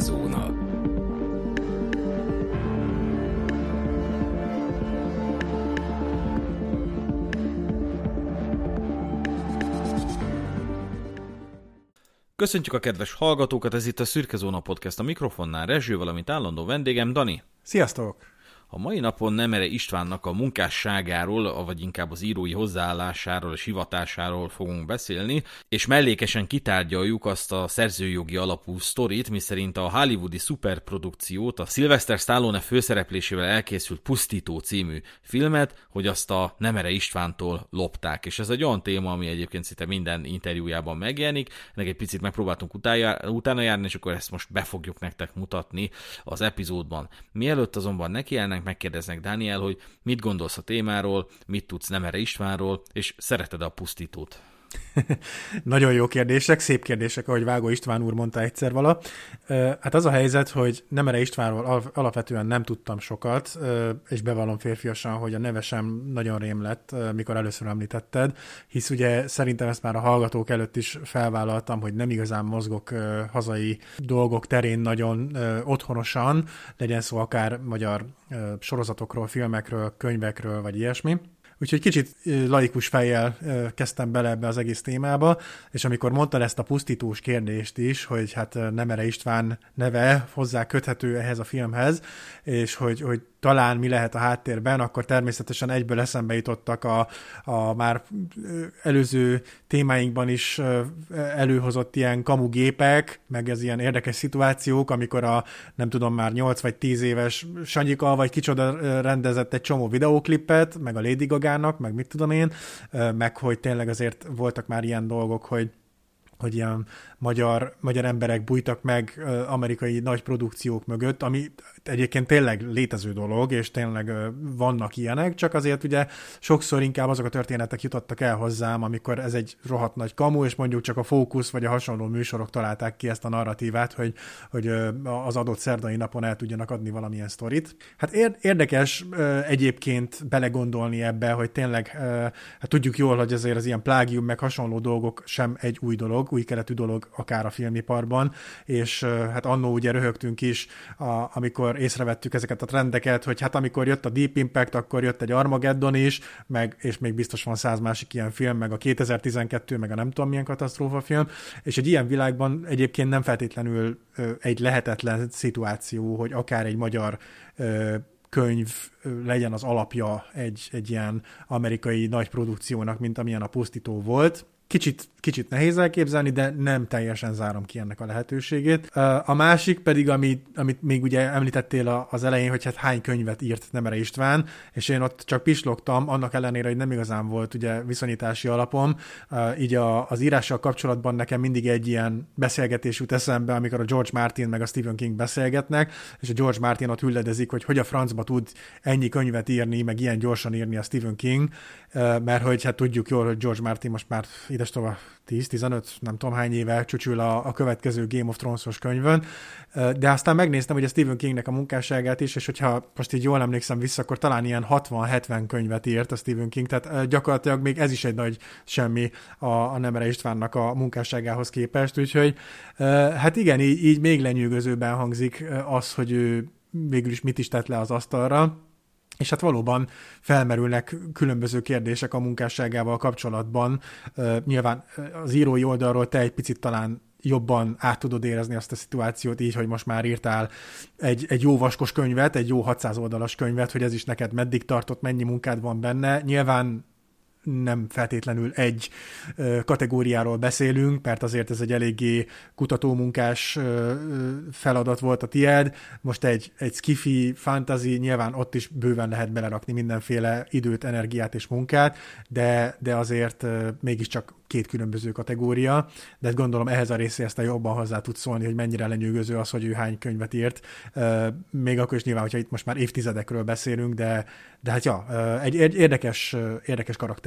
Szürkezóna. Köszöntjük a kedves hallgatókat, ez itt a Szürkezóna Podcast, a mikrofonnál Rezső, valamint állandó vendégem Dani. Sziasztok! A mai napon Nemere Istvánnak a munkásságáról, vagy inkább az írói hozzáállásáról és hivatásáról fogunk beszélni, és mellékesen kitárgyaljuk azt a szerzőjogi alapú sztorit, miszerint a hollywoodi szuperprodukciót, a Sylvester Stallone főszereplésével elkészült Pusztító című filmet, hogy azt a Nemere Istvántól lopták. És ez egy olyan téma, ami egyébként szinte minden interjújában megjelenik. Ennek egy picit megpróbáltunk utána járni, és akkor ezt most be fogjuk nektek mutatni az epizódban. Mielőtt azonban nekiállnánk, megkérdeznek Dániel, hogy mit gondolsz a témáról, mit tudsz Nemere Istvánról, és szereted a Pusztítót? Nagyon jó kérdések, szép kérdések, ahogy Vágó István úr mondta egyszer vala. Hát az a helyzet, hogy Nemere Istvánról alapvetően nem tudtam sokat, és bevallom férfiasan, hogy a neve sem nagyon rém lett, mikor először említetted, hisz ugye szerintem ezt már a hallgatók előtt is felvállaltam, hogy nem igazán mozgok hazai dolgok terén nagyon otthonosan, legyen szó akár magyar sorozatokról, filmekről, könyvekről, vagy ilyesmi. Úgyhogy kicsit laikus fejjel kezdtem bele ebbe az egész témába, és amikor mondtad ezt a pusztítós kérdést is, hogy hát Nemere István neve hozzá köthető ehhez a filmhez, és hogy talán mi lehet a háttérben, akkor természetesen egyből eszembe jutottak a már előző témáinkban is előhozott ilyen kamugépek, meg ez ilyen érdekes szituációk, amikor nem tudom, már 8 vagy 10 éves Sanyika, vagy kicsoda rendezett egy csomó videóklipet, meg a Lady Gagának, meg mit tudom én, meg hogy tényleg azért voltak már ilyen dolgok, hogy ilyen magyar emberek bújtak meg amerikai nagy produkciók mögött, ami egyébként tényleg létező dolog, és tényleg vannak ilyenek, csak azért ugye sokszor inkább azok a történetek jutottak el hozzám, amikor ez egy rohadt nagy kamu, és mondjuk csak a Fókusz vagy a hasonló műsorok találták ki ezt a narratívát, hogy az adott szerdai napon el tudjanak adni valamilyen sztorit. Hát érdekes egyébként belegondolni ebbe, hogy tényleg hát tudjuk jól, hogy azért az ilyen plágium meg hasonló dolgok sem egy új dolog, új keletű dolog akár a filmiparban, és hát annó ugye röhögtünk is, amikor észrevettük ezeket a trendeket, hogy hát amikor jött a Deep Impact, akkor jött egy Armageddon is, és még biztos van 100 másik ilyen film, meg a 2012, meg a nem tudom milyen katasztrófafilm, és egy ilyen világban egyébként nem feltétlenül egy lehetetlen szituáció, hogy akár egy magyar könyv legyen az alapja egy ilyen amerikai nagy produkciónak, mint amilyen a Pusztító volt. Kicsit nehéz elképzelni, de nem teljesen zárom ki ennek a lehetőségét. A másik pedig, amit még ugye említettél az elején, hogy hát hány könyvet írt Nemere István, és én ott csak pislogtam, annak ellenére, hogy nem igazán volt ugye viszonyítási alapom. Így az írással kapcsolatban nekem mindig egy ilyen beszélgetés jut eszembe, amikor a George Martin meg a Stephen King beszélgetnek, és a George Martin ott hülledezik, hogy a francba tud ennyi könyvet írni, meg ilyen gyorsan írni a Stephen King, mert hogy hát tudjuk jól, hogy George Martin most már idestova 10-15, nem tudom hány éve csücsül a következő Game of Thrones-os könyvön, de aztán megnéztem, hogy a Stephen Kingnek a munkásságát is, és hogyha most így jól emlékszem vissza, akkor talán ilyen 60-70 könyvet írt a Stephen King, tehát gyakorlatilag még ez is egy nagy semmi a Nemere Istvánnak a munkásságához képest, úgyhogy hát igen, így még lenyűgözőben hangzik az, hogy ő végül is mit is tett le az asztalra. És hát valóban felmerülnek különböző kérdések a munkásságával kapcsolatban. Nyilván az írói oldalról te egy picit talán jobban át tudod érezni azt a szituációt így, hogy most már írtál egy jó vaskos könyvet, egy jó 600 oldalas könyvet, hogy ez is neked meddig tartott, mennyi munkád van benne. Nyilván nem feltétlenül egy kategóriáról beszélünk, mert azért ez egy eléggé kutatómunkás feladat volt a tied. Most egy sci-fi, fantasy, nyilván ott is bőven lehet belerakni mindenféle időt, energiát és munkát, de azért mégiscsak két különböző kategória, de gondolom ehhez a részéhez te jobban hozzá tudsz szólni, hogy mennyire lenyűgöző az, hogy ő hány könyvet írt. Még akkor is nyilván, hogyha itt most már évtizedekről beszélünk, de hát ja, egy érdekes karakter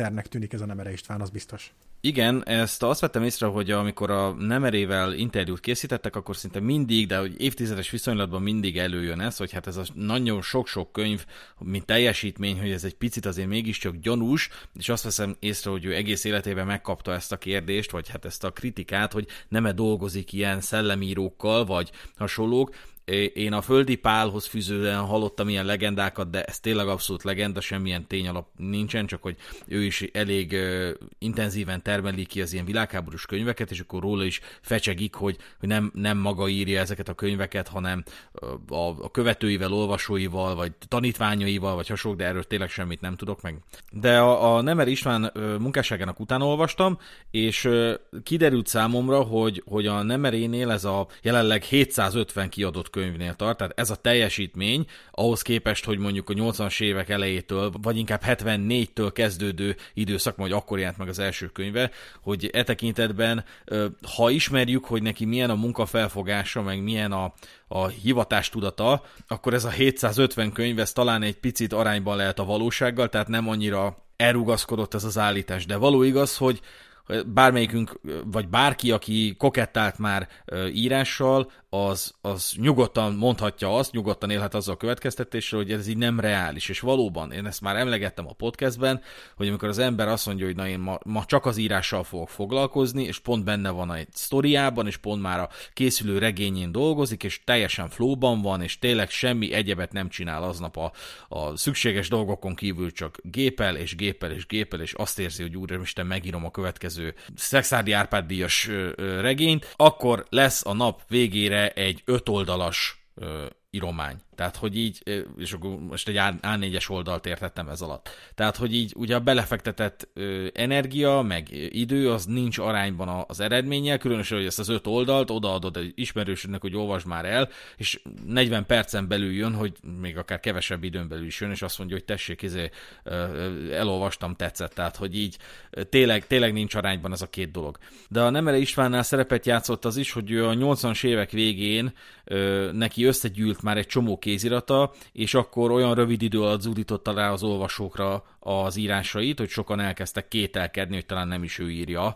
karakternek tűnik ez a Nemere István, az biztos. Igen, ezt azt vettem észre, hogy amikor a Nemerével interjút készítettek, akkor szinte mindig, de hogy évtizedes viszonylatban mindig előjön ez, hogy hát ez a nagyon sok-sok könyv, mint teljesítmény, hogy ez egy picit azért mégiscsak gyanús, és azt veszem észre, hogy ő egész életében megkapta ezt a kérdést, vagy hát ezt a kritikát, hogy nem-e dolgozik ilyen szellemírókkal, vagy hasonlók. Én a Földi Pálhoz fűződően hallottam ilyen legendákat, de ez tényleg abszolút legenda, semmilyen tényalap nincsen, csak hogy ő is elég intenzíven termeli ki az ilyen világháborús könyveket, és akkor róla is fecsegik, hogy nem maga írja ezeket a könyveket, hanem a követőivel, olvasóival, vagy tanítványaival, vagy hasonlók, de erről tényleg semmit nem tudok meg. De a Nemere István munkásságának utána olvastam, és kiderült számomra, hogy a Nemerénél ez a jelenleg 750 kiadott könyvnél tart, tehát ez a teljesítmény ahhoz képest, hogy mondjuk a 80-as évek elejétől, vagy inkább 74-től kezdődő időszak, majd akkor jelent meg az első könyve, hogy e tekintetben, ha ismerjük, hogy neki milyen a munkafelfogása, meg milyen a hivatástudata, akkor ez a 750 könyv, ez talán egy picit arányban lehet a valósággal, tehát nem annyira elrugaszkodott ez az állítás, de való igaz, hogy bármelyikünk, vagy bárki, aki kokettált már írással, az nyugodtan mondhatja azt, nyugodtan élhet azzal a következtetéssel, hogy ez így nem reális. És valóban, én ezt már emlegettem a podcastben, hogy amikor az ember azt mondja, hogy na én ma csak az írással fogok foglalkozni, és pont benne van egy sztoriában, és pont már a készülő regényén dolgozik, és teljesen flowban van, és tényleg semmi egyebet nem csinál aznap a szükséges dolgokon kívül, csak gépel, és azt érzi, hogy úristen, megírom a következő Szekszárdi Árpád díjas regényt, akkor lesz a nap végére egy 5 oldalas íromány. Tehát, hogy így, és akkor most egy A4-es oldalt értettem ez alatt. Tehát, hogy így ugye a belefektetett energia, meg idő, az nincs arányban az eredménnyel, különösen, hogy ezt az 5 oldalt odaadod egy ismerősödnek, hogy olvasd már el, és 40 percen belül jön, hogy még akár kevesebb időn belül is jön, és azt mondja, hogy tessék, elolvastam, tetszett. Tehát, hogy így tényleg nincs arányban ez a két dolog. De a Nemere Istvánnál szerepet játszott az is, hogy ő a 80-as évek végén neki összegyűlt már egy csomó kézirata, és akkor olyan rövid idő alatt zúdította rá az olvasókra az írásait, hogy sokan elkezdtek kételkedni, hogy talán nem is ő írja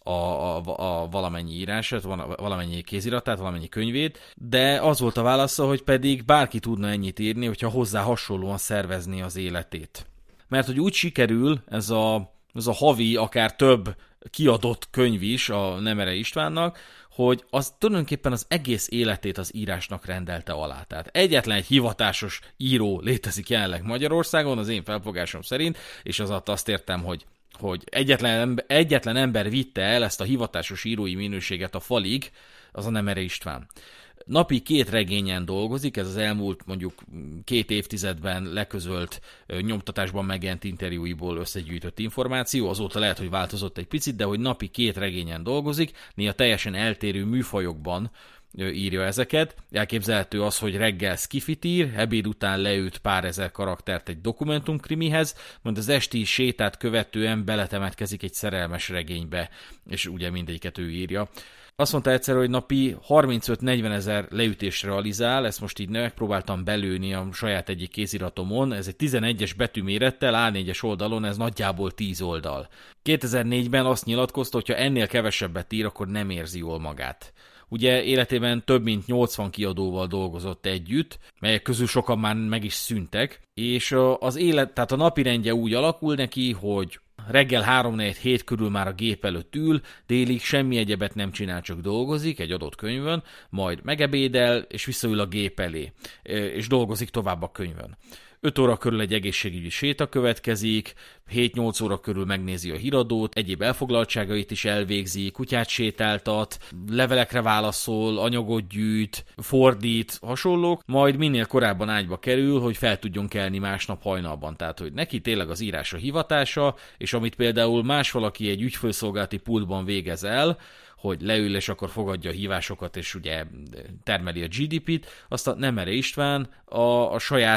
a valamennyi írását, valamennyi kéziratát, valamennyi könyvét, de az volt a válasza, hogy pedig bárki tudna ennyit írni, hogyha hozzá hasonlóan szervezni az életét. Mert hogy úgy sikerül ez a havi, akár több kiadott könyv is a Nemere Istvánnak, hogy az tulajdonképpen az egész életét az írásnak rendelte alá. Tehát egyetlen egy hivatásos író létezik jelenleg Magyarországon, az én felfogásom szerint, és az alatt azt értem, hogy egyetlen ember vitte el ezt a hivatásos írói minőséget a falig, az a Nemere István. Napi 2 regényen dolgozik, ez az elmúlt mondjuk 2 évtizedben leközölt nyomtatásban megjelent interjúiból összegyűjtött információ, azóta lehet, hogy változott egy picit, de hogy napi 2 regényen dolgozik, néha teljesen eltérő műfajokban írja ezeket. Elképzelhető az, hogy reggel skifit ír, ebéd után leüt pár ezer karaktert egy dokumentumkrimihez, majd az esti sétát követően beletemetkezik egy szerelmes regénybe, és ugye mindegyiket ő írja. Azt mondta egyszer, hogy napi 35-40 ezer leütést realizál, ezt most így megpróbáltam belőni a saját egyik kéziratomon, ez egy 11-es betűmérettel, A4-es oldalon, ez nagyjából 10 oldal. 2004-ben azt nyilatkozta, hogy ha ennél kevesebbet ír, akkor nem érzi jól magát. Ugye életében több mint 80 kiadóval dolgozott együtt, melyek közül sokan már meg is szűntek, és tehát a napirendje úgy alakul neki, hogy reggel 3-4 körül már a gép előtt ül, délig semmi egyebet nem csinál, csak dolgozik egy adott könyvön, majd megebédel, és visszaül a gép elé, és dolgozik tovább a könyvön. 5 óra körül egy egészségügyi séta következik, 7-8 óra körül megnézi a híradót, egyéb elfoglaltságait is elvégzi, kutyát sétáltat, levelekre válaszol, anyagot gyűjt, fordít, hasonlók, majd minél korábban ágyba kerül, hogy fel tudjon kelni másnap hajnalban. Tehát, hogy neki tényleg az írás a hivatása, és amit például más valaki egy ügyfélszolgálati pultban végez el, hogy leül és akkor fogadja a hívásokat, és ugye termeli a GDP-t, azt a Nemere István a saját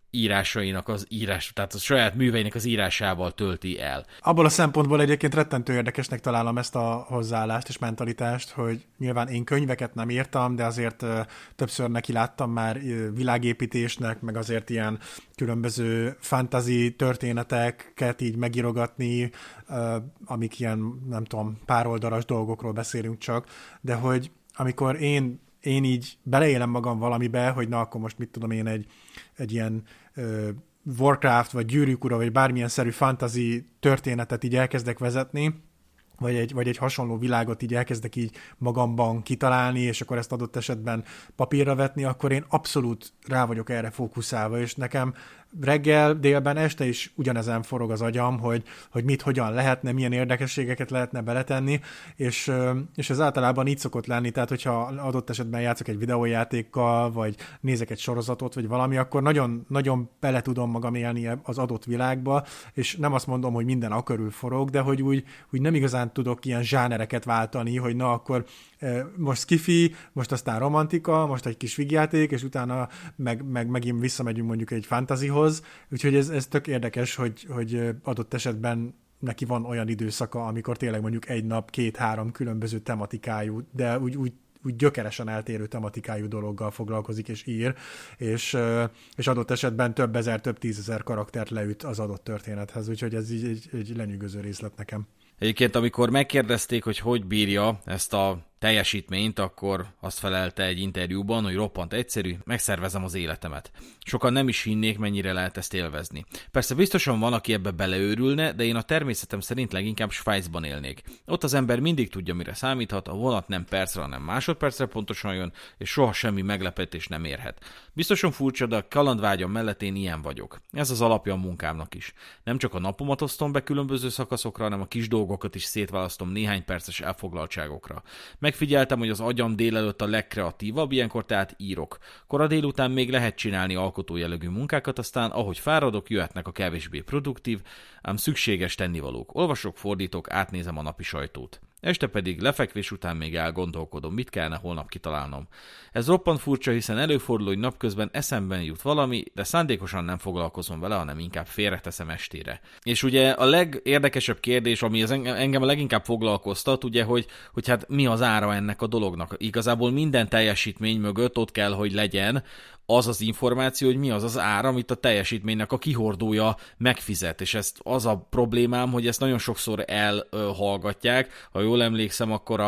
írásainak az írás, tehát a saját műveinek az írásával tölti el. Abból a szempontból egyébként rettentő érdekesnek találom ezt a hozzáállást és mentalitást, hogy nyilván én könyveket nem írtam, de azért többször neki láttam már világépítésnek, meg azért ilyen különböző fantasy történeteket így megírogatni, amik ilyen, nem tudom, pár oldalas dolgokról beszélünk csak, de hogy amikor én így beleélem magam valamibe, hogy na akkor most mit tudom én egy ilyen Warcraft, vagy Gyűrűk ura, vagy bármilyen szerű fantasy történetet így elkezdek vezetni, vagy egy hasonló világot így elkezdek így magamban kitalálni, és akkor ezt adott esetben papírra vetni, akkor én abszolút rá vagyok erre fókuszálva, és nekem reggel, délben, este is ugyanezen forog az agyam, hogy mit, hogyan lehetne, milyen érdekességeket lehetne beletenni, és ez általában így szokott lenni, tehát hogyha adott esetben játszok egy videójátékkal, vagy nézek egy sorozatot, vagy valami, akkor nagyon, nagyon bele tudom magam élni az adott világba, és nem azt mondom, hogy minden a körül forog, de hogy úgy nem igazán tudok ilyen zsánereket váltani, hogy na akkor most sci-fi, most aztán romantika, most egy kis vígjáték, és utána megint visszamegyünk mondjuk egy fantasyhoz, úgyhogy ez tök érdekes, hogy adott esetben neki van olyan időszaka, amikor tényleg mondjuk egy nap 2-3 különböző tematikájú, de úgy gyökeresen eltérő tematikájú dologgal foglalkozik és ír, és adott esetben több ezer, több tízezer karaktert leüt az adott történethez, úgyhogy ez így egy lenyűgöző részlet nekem. Egyébként, amikor megkérdezték, hogy bírja ezt a teljesítményt, akkor azt felelte egy interjúban, hogy roppant egyszerű, megszervezem az életemet. Sokan nem is hinnék, mennyire lehet ezt élvezni. Persze biztosan van, aki ebbe beleőrülne, de én a természetem szerint leginkább Svájcban élnék. Ott az ember mindig tudja, mire számíthat, a vonat nem percre, hanem másodpercre pontosan jön, és soha semmi meglepetés nem érhet. Biztosan furcsa, de a kalandvágyam mellett én ilyen vagyok. Ez az alapja a munkámnak is. Nem csak a napomat osztom be különböző szakaszokra, hanem a kis dolgokat is szétválasztom néhány perces elfoglaltságokra. Megfigyeltem, hogy az agyam délelőtt a legkreatívabb, ilyenkor tehát írok. Kora délután még lehet csinálni alkotó jellegű munkákat, aztán ahogy fáradok, jöhetnek a kevésbé produktív, ám szükséges tennivalók. Olvasok, fordítok, átnézem a napi sajtót. Este pedig lefekvés után még elgondolkodom, mit kellene holnap kitalálnom. Ez roppant furcsa, hiszen előfordul, hogy napközben eszemben jut valami, de szándékosan nem foglalkozom vele, hanem inkább félreteszem estére. És ugye a legérdekesebb kérdés, ami engem a leginkább foglalkoztat, ugye, hogy hát mi az ára ennek a dolognak. Igazából minden teljesítmény mögött ott kell, hogy legyen az az információ, hogy mi az az ára, amit a teljesítménynek a kihordója megfizet. És az a problémám, hogy ezt nagyon sokszor elhallgatják. Ha jól emlékszem, akkor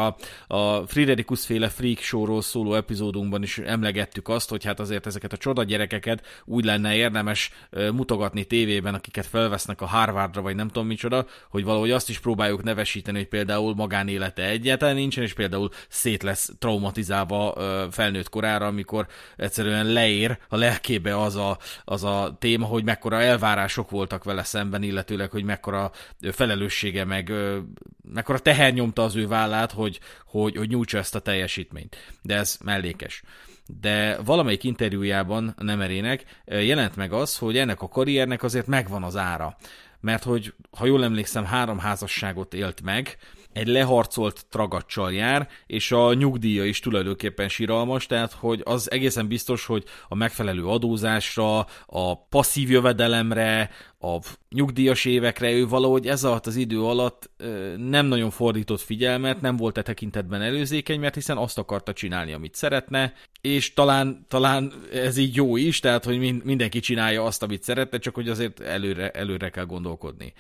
a Friderikus féle Freak Show-ról szóló epizódunkban is emlegettük azt, hogy hát azért ezeket a csoda gyerekeket úgy lenne érdemes mutogatni tévében, akiket felvesznek a Harvardra, vagy nem tudom micsoda, hogy valahogy azt is próbáljuk nevesíteni, hogy például magánélete egyáltalán nincsen, és például szét lesz traumatizálva felnőtt korára, amikor egyszerűen leér a lelkébe az a téma, hogy mekkora elvárások voltak vele szemben, illetőleg, hogy mekkora felelőssége, meg mekkora teher nyomta az ő vállát, hogy nyújtsa ezt a teljesítményt. De ez mellékes. De valamelyik interjújában Nemerének jelent meg az, hogy ennek a karriernek azért megvan az ára. Mert hogy, ha jól emlékszem, 3 házasságot élt meg, egy leharcolt tragacsal jár, és a nyugdíja is tulajdonképpen siralmas, tehát hogy az egészen biztos, hogy a megfelelő adózásra, a passzív jövedelemre, a nyugdíjas évekre ő valahogy ez alatt az idő alatt nem nagyon fordított figyelmet, nem volt e tekintetben előzékeny, mert hiszen azt akarta csinálni, amit szeretne, és talán ez így jó is, tehát hogy mindenki csinálja azt, amit szeretne, csak hogy azért előre kell gondolkodni.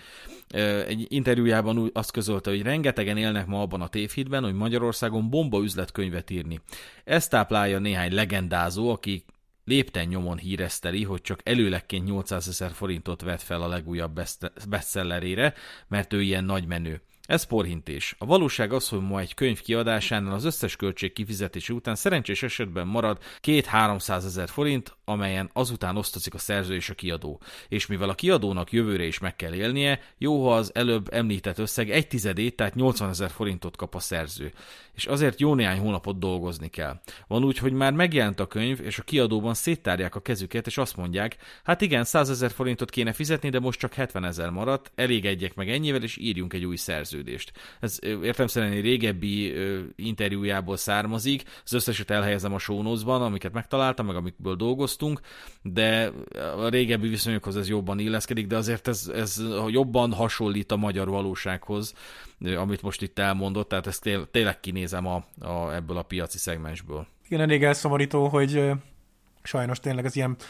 Egy interjújában azt közölte, hogy rengetegen élnek ma abban a tévhitben, hogy Magyarországon bomba üzletkönyvet írni. Ezt táplálja néhány legendázó, aki lépten nyomon híreszteli, hogy csak előlegként 800 000 forintot vett fel a legújabb bestsellerére, mert ő ilyen nagy menő. Ez porhintés. A valóság az, hogy ma egy könyv kiadásánál az összes költség kifizetése után szerencsés esetben marad 200-300 000 forint, amelyen azután osztozik a szerző és a kiadó. És mivel a kiadónak jövőre is meg kell élnie, jó, ha az előbb említett összeg 1/10, tehát 80 000 forintot kap a szerző. És azért jó néhány hónapot dolgozni kell. Van úgy, hogy már megjelent a könyv, és a kiadóban széttárják a kezüket, és azt mondják, hát igen, 100 000 forintot kéne fizetni, de most csak 70 000 maradt, elégedjek meg ennyivel, és írjunk egy új szerzőt. szerződést. Ez értelemszerűen egy régebbi interjújából származik, az összeset elhelyezem a show notes-ban, amiket megtaláltam, meg amikből dolgoztunk, de a régebbi viszonyokhoz ez jobban illeszkedik, de azért ez jobban hasonlít a magyar valósághoz, amit most itt elmondott, tehát ezt tényleg kinézem ebből a piaci szegmensből. Igen, elég elszomorító, hogy sajnos tényleg az ilyen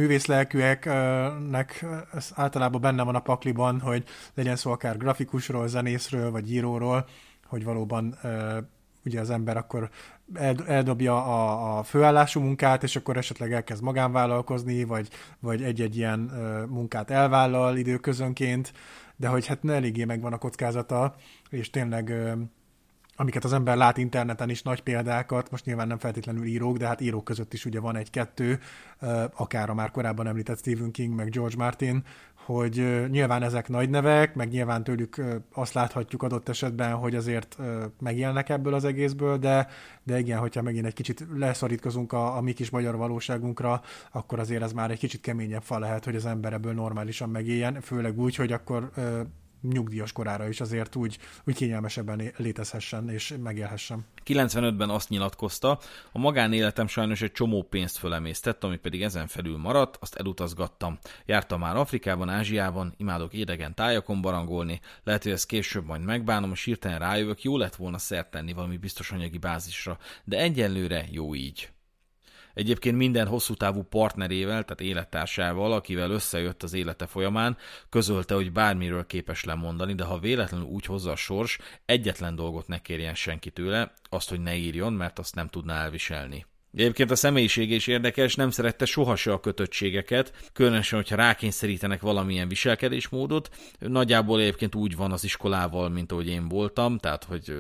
művészlelkűeknek általában benne van a pakliban, hogy legyen szó akár grafikusról, zenészről, vagy íróról, hogy valóban ugye az ember akkor eldobja a főállású munkát, és akkor esetleg elkezd magánvállalkozni, vagy egy-egy ilyen munkát elvállal időközönként, de hogy hát eléggé megvan a kockázata, és tényleg amiket az ember lát interneten is, nagy példákat, most nyilván nem feltétlenül írók, de hát írók között is ugye van egy-kettő, akár a már korábban említett Stephen King, meg George Martin, hogy nyilván ezek nagy nevek, meg nyilván tőlük azt láthatjuk adott esetben, hogy azért megélnek ebből az egészből, de igen, hogyha megint egy kicsit leszorítkozunk a mi kis magyar valóságunkra, akkor azért ez már egy kicsit keményebb fal lehet, hogy az ember ebből normálisan megéljen, főleg úgy, hogy akkor nyugdíjas korára is azért úgy kényelmesebben létezhessen és megélhessen. 95-ben azt nyilatkozta, a magánéletem sajnos egy csomó pénzt fölemésztett, ami pedig ezen felül maradt, azt elutazgattam. Jártam már Afrikában, Ázsiában, imádok idegen tájakon barangolni, lehet, hogy ezt később majd megbánom, és hirtelen rájövök, jó lett volna szert tenni valami biztos anyagi bázisra, de egyenlőre jó így. Egyébként minden hosszú távú partnerével, tehát élettársával, akivel összejött az élete folyamán, közölte, hogy bármiről képes lemondani, de ha véletlenül úgy hozza a sors, egyetlen dolgot ne kérjen senki tőle, azt, hogy ne írjon, mert azt nem tudná elviselni. Egyébként a személyisége is érdekes, nem szerette sohasem a kötöttségeket, különösen, hogyha rákényszerítenek valamilyen viselkedésmódot. Nagyjából egyébként úgy van az iskolával, mint ahogy én voltam, tehát, hogy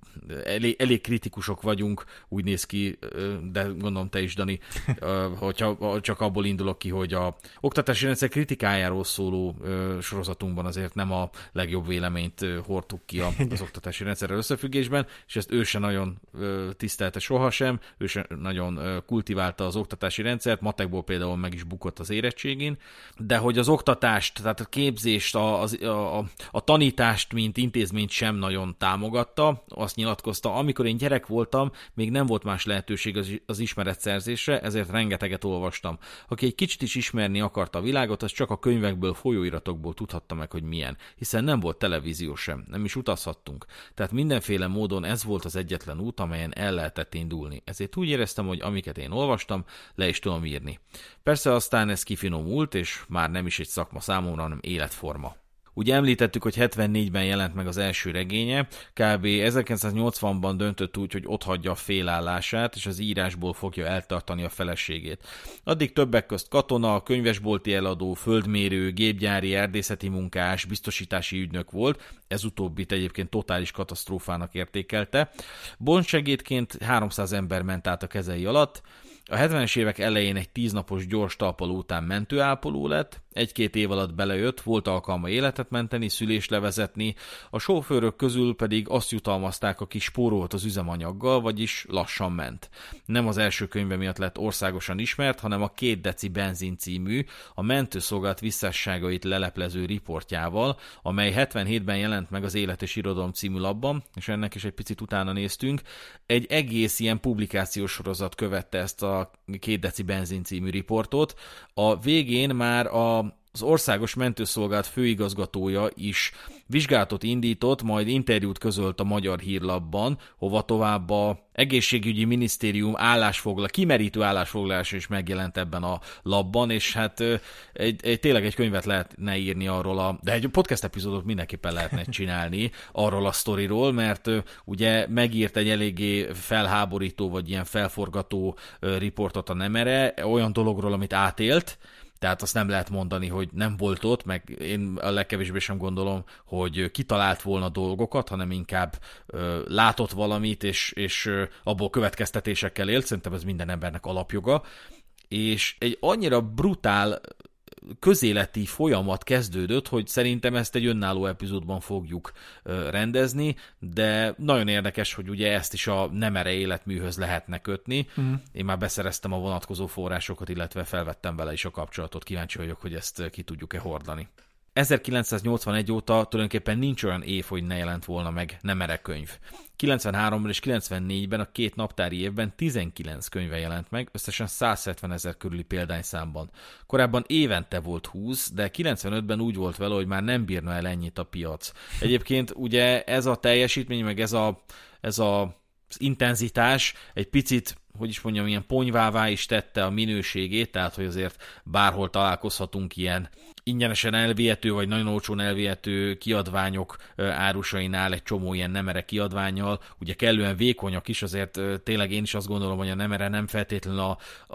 elég kritikusok vagyunk, úgy néz ki, de gondolom te is, Dani, hogyha csak abból indulok ki, hogy a oktatási rendszer kritikájáról szóló sorozatunkban azért nem a legjobb véleményt hordtuk ki az oktatási rendszerrel összefüggésben, és ezt ő se nagyon tisztelte sohasem, ő se nagyon kultiválta az oktatási rendszert, matekból például meg is bukott az érettségén, de hogy az oktatást, tehát a képzést, a tanítást, mint intézményt sem nagyon támogatta, azt nyilatkozta, amikor én gyerek voltam, még nem volt más lehetőség az ismeretszerzésre, ezért rengeteget olvastam. Aki egy kicsit is ismerni akarta a világot, az csak a könyvekből, folyóiratokból tudhatta meg, hogy milyen, hiszen nem volt televízió sem, nem is utazhattunk. Tehát mindenféle módon ez volt az egyetlen út, amelyen el lehetett indulni. Ezért úgy éreztem, hogy amiket én olvastam, le is tudom írni. Persze aztán ez kifinomult, és már nem is egy szakma számomra, hanem életforma. Ugye említettük, hogy 74-ben jelent meg az első regénye, kb. 1980-ban döntött úgy, hogy otthagyja a félállását, és az írásból fogja eltartani a feleségét. Addig többek közt katona, könyvesbolti eladó, földmérő, gépgyári, erdészeti munkás, biztosítási ügynök volt, ez utóbbit egyébként totális katasztrófának értékelte. Bontsegédként 300 ember ment át a kezei alatt, a 70-es évek elején egy 10 napos gyors talpaló után mentőápoló lett, 1-2 év alatt belejött, volt alkalma életet menteni, szülést levezetni, a sofőrök közül pedig azt jutalmazták, aki spórolt az üzemanyaggal, vagyis lassan ment. Nem az első könyve miatt lett országosan ismert, hanem a 2 deci benzin című, a mentőszolgálat visszásságait leleplező riportjával, amely 77-ben jelent meg az Élet és Irodalom című lapban, és ennek is egy picit utána néztünk. Egy egész ilyen publikációs sorozat követte ezt a 2 deci benzin című riportot. A végén már az Országos Mentőszolgálat főigazgatója is vizsgálatot indított, majd interjút közölt a Magyar Hírlapban, hova tovább a egészségügyi minisztérium kimerítő állásfoglalása is megjelent ebben a labban, és hát tényleg egy könyvet lehetne írni arról, de egy podcast epizódot mindenképpen lehetne csinálni arról a sztoriról, mert ugye megírt egy eléggé felháborító, vagy ilyen felforgató riportot a Nemere, olyan dologról, amit átélt, tehát azt nem lehet mondani, hogy nem volt ott, meg én a legkevésbé sem gondolom, hogy kitalált volna dolgokat, hanem inkább látott valamit, és abból következtetésekkel élt, szerintem ez minden embernek alapjoga, és egy annyira brutál közéleti folyamat kezdődött, hogy szerintem ezt egy önálló epizódban fogjuk rendezni, de nagyon érdekes, hogy ugye ezt is a Nemere életműhöz lehetne kötni. Én már beszereztem a vonatkozó forrásokat, illetve felvettem vele is a kapcsolatot. Kíváncsi vagyok, hogy ezt ki tudjuk-e hordani. 1981 óta tulajdonképpen nincs olyan év, hogy ne jelent volna meg Nemere könyv. 93-ban és 94-ben a két naptári évben 19 könyve jelent meg, összesen 170 000 körüli példányszámban. Korábban évente volt 20, de 95-ben úgy volt vele, hogy már nem bírna el ennyit a piac. Egyébként ugye ez a teljesítmény, meg ez az intenzitás egy picit, hogy is mondjam, ilyen ponyvává is tette a minőségét, tehát hogy azért bárhol találkozhatunk ilyen ingyenesen elvihető, vagy nagyon olcsón elvihető kiadványok árusainál egy csomó ilyen Nemere kiadvánnyal, ugye kellően vékonyak is, azért tényleg én is azt gondolom, hogy a Nemere nem feltétlenül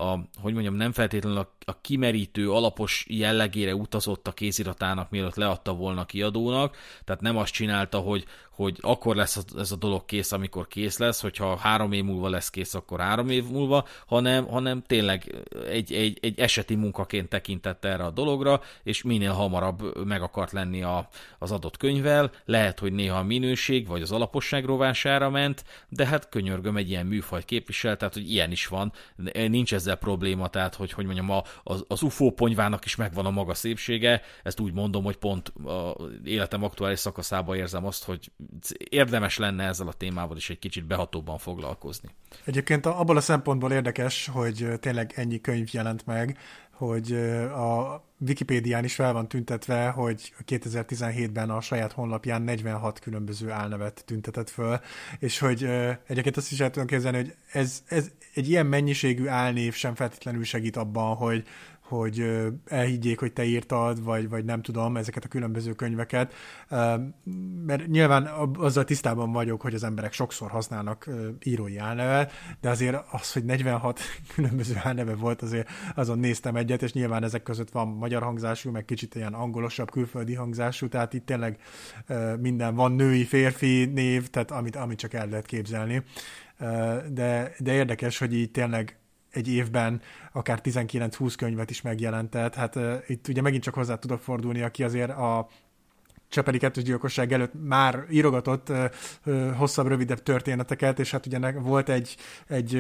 nem feltétlenül a kimerítő, alapos jellegére utazott a kéziratának, mielőtt leadta volna a kiadónak, tehát nem azt csinálta, hogy akkor lesz ez a dolog kész, amikor kész lesz, hogyha 3 év múlva lesz kész, akkor 3 év múlva, hanem tényleg egy eseti munkaként tekintett erre a dologra, és minél hamarabb meg akart lenni az adott könyvvel. Lehet, hogy néha a minőség vagy az alaposság rovására ment, de hát könyörgöm, egy ilyen műfajt képvisel, tehát hogy ilyen is van, nincs ezzel probléma, tehát hogy mondjam, az UFO ponyvának is megvan a maga szépsége, ezt úgy mondom, hogy pont életem aktuális szakaszában érzem azt, hogy érdemes lenne ezzel a témával is egy kicsit behatóbban foglalkozni. Egyébként abból a szempontból érdekes, hogy tényleg ennyi könyv jelent meg, hogy a Wikipédián is fel van tüntetve, hogy 2017-ben a saját honlapján 46 különböző álnevet tüntetett föl, és hogy egyébként azt is el tudom képzelni, hogy ez egy ilyen mennyiségű álnév sem feltétlenül segít abban, hogy elhiggyék, hogy te írtad, vagy nem tudom, ezeket a különböző könyveket, mert nyilván azzal tisztában vagyok, hogy az emberek sokszor használnak írói álnevet, de azért az, hogy 46 különböző álneve volt, azért azon néztem egyet, és nyilván ezek között van magyar hangzású, meg kicsit ilyen angolosabb, külföldi hangzású, tehát itt tényleg minden van, női, férfi név, tehát amit csak el lehet képzelni. De érdekes, hogy így tényleg egy évben akár 19-20 könyvet is megjelentett. Hát itt ugye megint csak hozzá tudok fordulni, aki azért a Csepeli kettős gyilkosság előtt már írogatott hosszabb, rövidebb történeteket, és hát ugye volt egy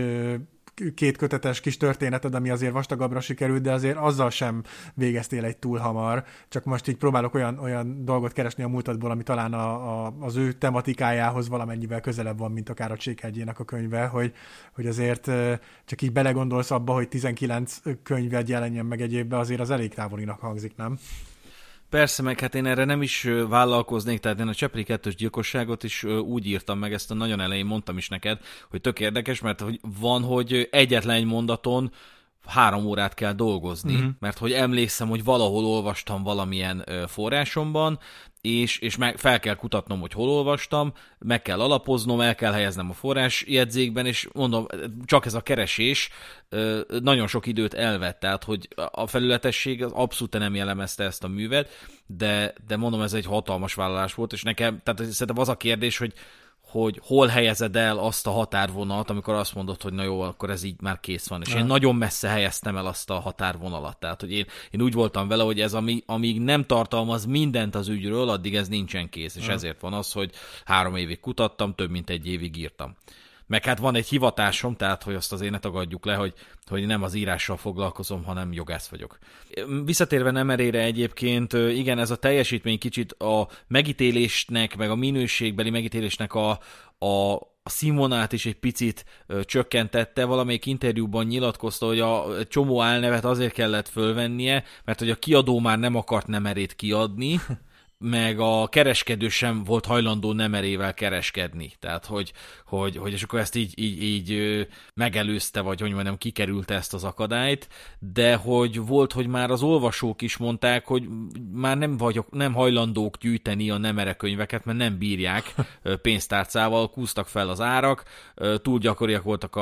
2 kötetes kis történeted, ami azért vastagabbra sikerült, de azért azzal sem végeztél egy túl hamar. Csak most így próbálok olyan dolgot keresni a múltadból, ami talán az ő tematikájához valamennyivel közelebb van, mint akár a Csékhegyének a könyve, hogy azért csak így belegondolsz abba, hogy 19 könyved jelenjen meg egy évben, azért az elég távolinak hangzik, nem? Persze, meg hát én erre nem is vállalkoznék, tehát én a Csepeli kettős gyilkosságot is úgy írtam meg, ezt a nagyon elején mondtam is neked, hogy tök érdekes, mert hogy egyetlen egy mondaton 3 órát kell dolgozni, mert hogy emlékszem, hogy valahol olvastam valamilyen forrásomban, és fel kell kutatnom, hogy hol olvastam, meg kell alapoznom, el kell helyeznem a forrásjegyzékben, és mondom, csak ez a keresés nagyon sok időt elvett, tehát hogy a felületesség az abszolút nem jellemezte ezt a művet, de mondom, ez egy hatalmas vállalás volt, és nekem, tehát szerintem az a kérdés, hogy hol helyezed el azt a határvonalat, amikor azt mondod, hogy na jó, akkor ez így már kész van. És én nagyon messze helyeztem el azt a határvonalat. Tehát, hogy én úgy voltam vele, hogy ez amíg nem tartalmaz mindent az ügyről, addig ez nincsen kész. És ezért van az, hogy 3 évig kutattam, több mint 1 évig írtam. Meg hát van egy hivatásom, tehát hogy azt azért ne tagadjuk le, hogy nem az írással foglalkozom, hanem jogász vagyok. Visszatérve Nemerére egyébként, igen, ez a teljesítmény kicsit a megítélésnek, meg a minőségbeli megítélésnek a színvonalát is egy picit csökkentette. Valamelyik interjúban nyilatkozta, hogy a csomó álnevet azért kellett fölvennie, mert hogy a kiadó már nem akart Nemerét kiadni, meg a kereskedő sem volt hajlandó Nemerével kereskedni. Tehát, hogy és akkor ezt így megelőzte, vagy hogy mondjam, kikerülte ezt az akadályt, de hogy volt, hogy már az olvasók is mondták, hogy már nem hajlandók gyűjteni a Nemere könyveket, mert nem bírják pénztárcával, kúztak fel az árak, túl gyakoriak voltak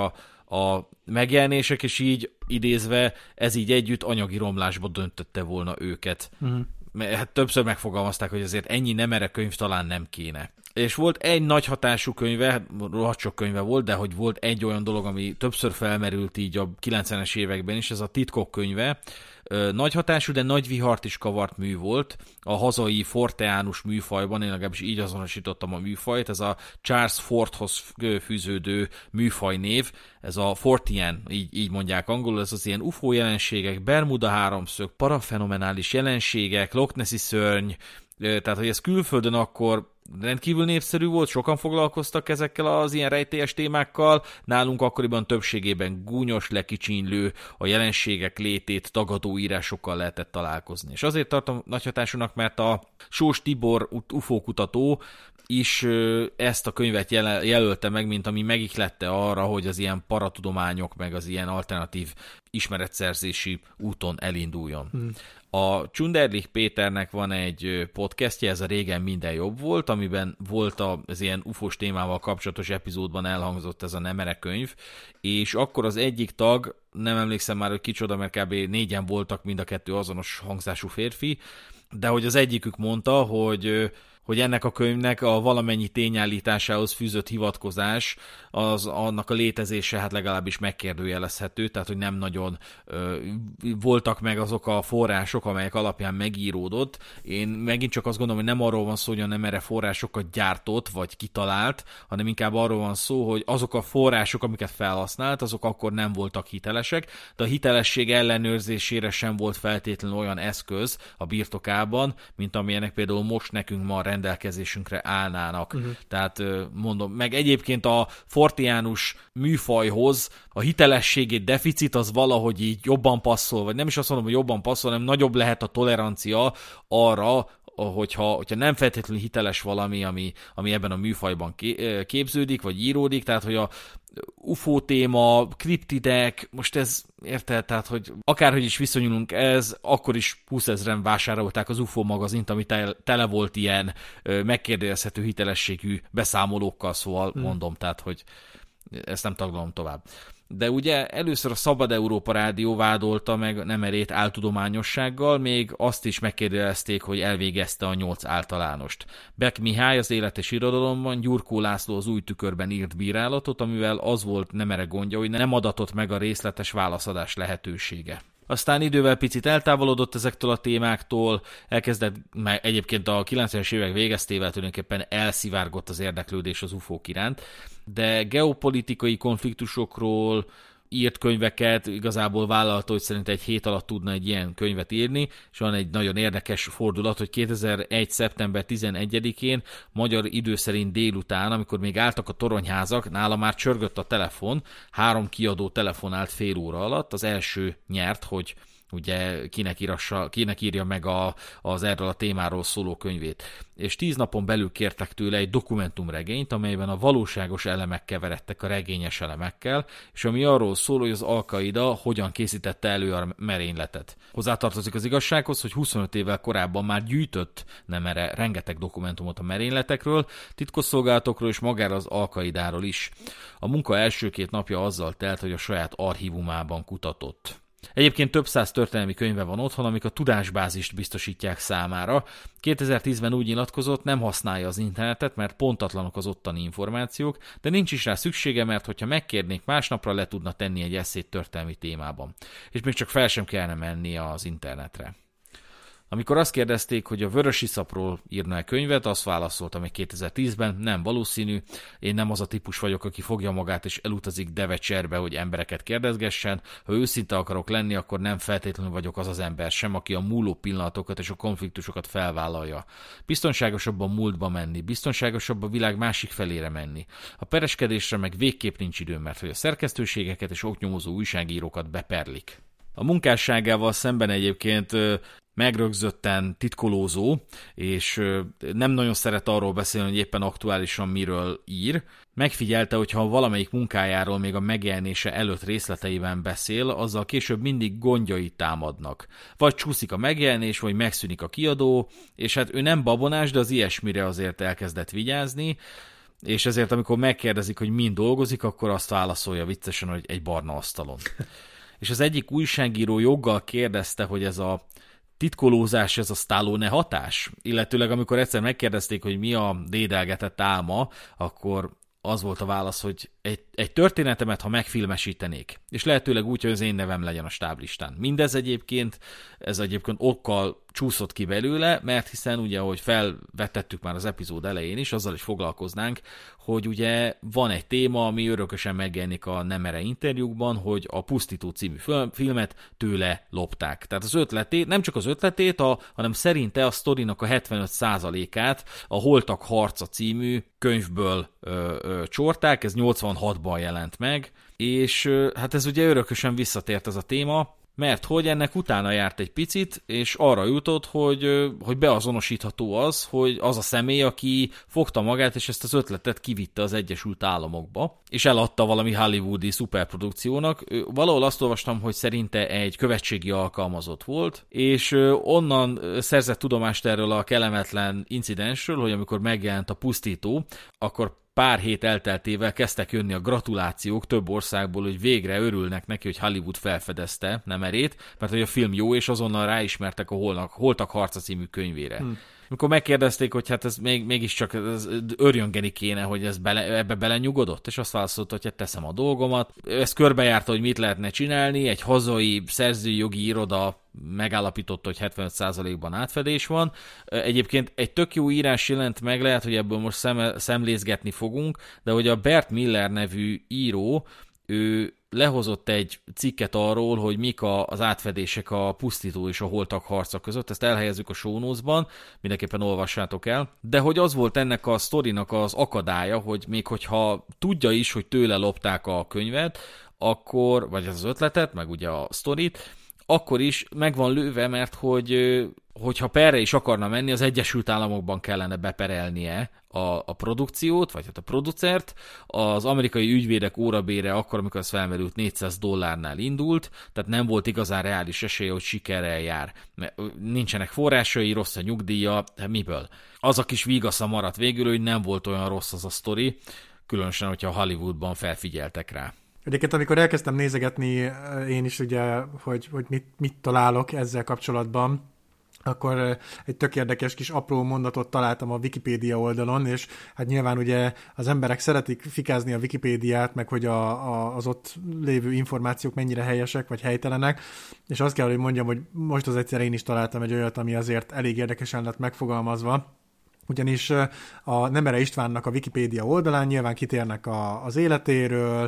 a megjelenések, és így idézve ez így együtt anyagi romlásba döntötte volna őket. Hát többször megfogalmazták, hogy azért ennyi Nemere könyv talán nem kéne. És volt egy nagy hatású könyve, rohadt sok könyve volt, de hogy volt egy olyan dolog, ami többször felmerült így a 90-es években is, ez a Titkok könyve, nagy hatású, de nagy vihart is kavart mű volt. A hazai forteánus műfajban, én legalábbis így azonosítottam a műfajt, ez a Charles Forthoz fűződő műfajnév, ez a Fortean, így mondják angolul, ez az ilyen UFO jelenségek, Bermuda háromszög, parafenomenális jelenségek, Loch Nessi szörny, tehát hogy ez külföldön akkor rendkívül népszerű volt, sokan foglalkoztak ezekkel az ilyen rejtélyes témákkal, nálunk akkoriban többségében gúnyos, lekicsinylő, a jelenségek létét tagadó írásokkal lehetett találkozni. És azért tartom nagy hatásúnak, mert a Sós Tibor UFO kutató is ezt a könyvet jelölte meg, mint ami megihlette arra, hogy az ilyen paratudományok, meg az ilyen alternatív ismeretszerzési úton elinduljon. A Csunderlich Péternek van egy podcastje, ez a Régen minden jobb volt, amiben volt az ilyen ufós témával kapcsolatos epizódban elhangzott ez a Nemere könyv, és akkor az egyik tag, nem emlékszem már, hogy kicsoda, mert kb. 4-en voltak, mind a kettő azonos hangzású férfi, de hogy az egyikük mondta, hogy ennek a könyvnek a valamennyi tényállításához fűzött hivatkozás, annak a létezése hát legalábbis megkérdőjelezhető, tehát hogy nem nagyon voltak meg azok a források, amelyek alapján megíródott. Én megint csak azt gondolom, hogy nem arról van szó, hogy a Nemere forrásokat gyártott vagy kitalált, hanem inkább arról van szó, hogy azok a források, amiket felhasznált, azok akkor nem voltak hitelesek, de a hitelesség ellenőrzésére sem volt feltétlenül olyan eszköz a birtokában, mint amilyenek például most nekünk ma rendelkezésünkre állnának. Tehát mondom, meg egyébként a forteánus műfajhoz a hitelességét deficit az valahogy így jobban passzol, vagy nem is azt mondom, hogy jobban passzol, hanem nagyobb lehet a tolerancia arra, hogyha nem feltétlenül hiteles valami, ami ebben a műfajban képződik, vagy íródik, tehát hogy a UFO téma, kriptidek, most ez érted, tehát hogy akárhogy is viszonyulunk ez, akkor is 20 000-en vásárolták az UFO magazint, ami tele volt ilyen megkérdezhető hitelességű beszámolókkal, szóval mondom, tehát hogy ezt nem taglalom tovább. De ugye először a Szabad Európa Rádió vádolta meg Nemerét áltudományossággal, még azt is megkérdezték, hogy elvégezte a 8 általánost. Beck Mihály az Élet és Irodalomban, Gyurkó László az Új Tükörben írt bírálatot, amivel az volt Nemere gondja, hogy nem adatott meg a részletes válaszadás lehetősége. Aztán idővel picit eltávolodott ezektől a témáktól, elkezdett, mert egyébként a 90-es évek végeztével tulajdonképpen elszivárgott az érdeklődés az UFO-k iránt, de geopolitikai konfliktusokról írt könyveket, igazából vállalta, hogy szerint egy hét alatt tudna egy ilyen könyvet írni, és van egy nagyon érdekes fordulat, hogy 2001. szeptember 11-én magyar idő szerint délután, amikor még álltak a toronyházak, nála már csörgött a telefon, 3 kiadó telefonált fél óra alatt, az első nyert, hogy ugye kinek írja meg az erről a témáról szóló könyvét. És 10 napon belül kértek tőle egy dokumentumregényt, amelyben a valóságos elemek keveredtek a regényes elemekkel, és ami arról szól, hogy az Al-Qaida hogyan készítette elő a merényletet. Hozzátartozik az igazsághoz, hogy 25 évvel korábban már gyűjtött Nemere rengeteg dokumentumot a merényletekről, titkosszolgálatokról és magára az Al-Qaidáról is. A munka első 2 napja azzal telt, hogy a saját archívumában kutatott. Egyébként több száz történelmi könyve van otthon, amik a tudásbázist biztosítják számára. 2010-ben úgy nyilatkozott, nem használja az internetet, mert pontatlanok az ottani információk, de nincs is rá szüksége, mert hogyha megkérnék, másnapra le tudna tenni egy esszét történelmi témában. És még csak fel sem kellene mennie az internetre. Amikor azt kérdezték, hogy a vörösiszapról írna egy könyvet, azt válaszolta még 2010-ben, nem valószínű, én nem az a típus vagyok, aki fogja magát és elutazik Devecserbe, hogy embereket kérdezgessen. Ha őszinte akarok lenni, akkor nem feltétlenül vagyok az az ember sem, aki a múló pillanatokat és a konfliktusokat felvállalja. Biztonságosabb a múltba menni, biztonságosabb a világ másik felére menni. A pereskedésre meg végképp nincs időm, mert hogy a szerkesztőségeket és oknyomozó újságírókat beperlik. A munkásságával szemben egyébként megrögzötten titkolózó, és nem nagyon szeret arról beszélni, hogy éppen aktuálisan miről ír. Megfigyelte, hogy ha valamelyik munkájáról még a megjelenése előtt részleteiben beszél, azzal később mindig gondjai támadnak. Vagy csúszik a megjelenés, vagy megszűnik a kiadó, és hát ő nem babonás, de az ilyesmire azért elkezdett vigyázni, és ezért amikor megkérdezik, hogy mind dolgozik, akkor azt válaszolja viccesen, hogy egy barna asztalon. És az egyik újságíró joggal kérdezte, hogy ez a titkolózás, ez a Stallone hatás? Illetőleg amikor egyszer megkérdezték, hogy mi a dédelgetett álma, akkor az volt a válasz, hogy egy történetemet, ha megfilmesítenék, és lehetőleg úgy, hogy az én nevem legyen a stáblistán. Mindez egyébként, ez egyébként okkal csúszott ki belőle, mert hiszen ugye, ahogy felvetettük már az epizód elején is, azzal is foglalkoznánk, hogy ugye van egy téma, ami örökösen megjelenik a Nem mere interjúkban, hogy a Pusztító című filmet tőle lopták. Tehát az ötletét, nem csak az ötletét, hanem szerinte a sztorinak a 75%-át a Holtak harca című könyvből csorták, ez 86-ban jelent meg, és hát ez ugye örökösen visszatért ez a téma, mert hogy ennek utána járt egy picit, és arra jutott, hogy beazonosítható az, hogy az a személy, aki fogta magát, és ezt az ötletet kivitte az Egyesült Államokba, és eladta valami hollywoodi szuperprodukciónak. Valahol azt olvastam, hogy szerinte egy követségi alkalmazott volt, és onnan szerzett tudomást erről a kellemetlen incidensről, hogy amikor megjelent a Pusztító, akkor pár hét elteltével kezdtek jönni a gratulációk több országból, hogy végre örülnek neki, hogy Hollywood felfedezte Nemerét, mert hogy a film jó, és azonnal ráismertek a Holtak harca című könyvére. Amikor megkérdezték, hogy hát ez mégiscsak örjöngeni kéne, hogy ez ebbe belenyugodott, és azt válaszolta, hogy hát teszem a dolgomat. Ezt körbejárta, hogy mit lehetne csinálni, egy hazai szerzői jogi iroda megállapította, hogy 75%-ban átfedés van. Egyébként egy tök jó írás jelent meg, lehet, hogy ebből most szemlézgetni fogunk, de hogy a Bert Miller nevű író, ő lehozott egy cikket arról, hogy mik az átfedések a Pusztító és a Holtak harca között, ezt elhelyezzük a show notes-ban, mindenképpen olvassátok el, de hogy az volt ennek a sztorinak az akadálya, hogy még hogyha tudja is, hogy tőle lopták a könyvet, akkor, vagy az ötletet, meg ugye a sztorit, akkor is meg van lőve, mert hogyha perre is akarna menni, az Egyesült Államokban kellene beperelnie a produkciót, vagy hát a producert. Az amerikai ügyvédek órabére akkor, amikor ez felmerült, $400 indult, tehát nem volt igazán reális esélye, hogy sikerrel jár. Nincsenek forrásai, rossz a nyugdíja, miből? Az a kis vígasza maradt végül, hogy nem volt olyan rossz az a sztori, különösen, hogyha Hollywoodban felfigyeltek rá. Egyébként, amikor elkezdtem nézegetni én is ugye, hogy mit találok ezzel kapcsolatban, akkor egy tök érdekes kis apró mondatot találtam a Wikipédia oldalon, és hát nyilván ugye az emberek szeretik fikázni a Wikipédiát, meg hogy az ott lévő információk mennyire helyesek, vagy helytelenek, és azt kell, hogy mondjam, hogy most az egyszer én is találtam egy olyat, ami azért elég érdekesen lett megfogalmazva, ugyanis a Nemere Istvánnak a Wikipédia oldalán nyilván kitérnek az életéről,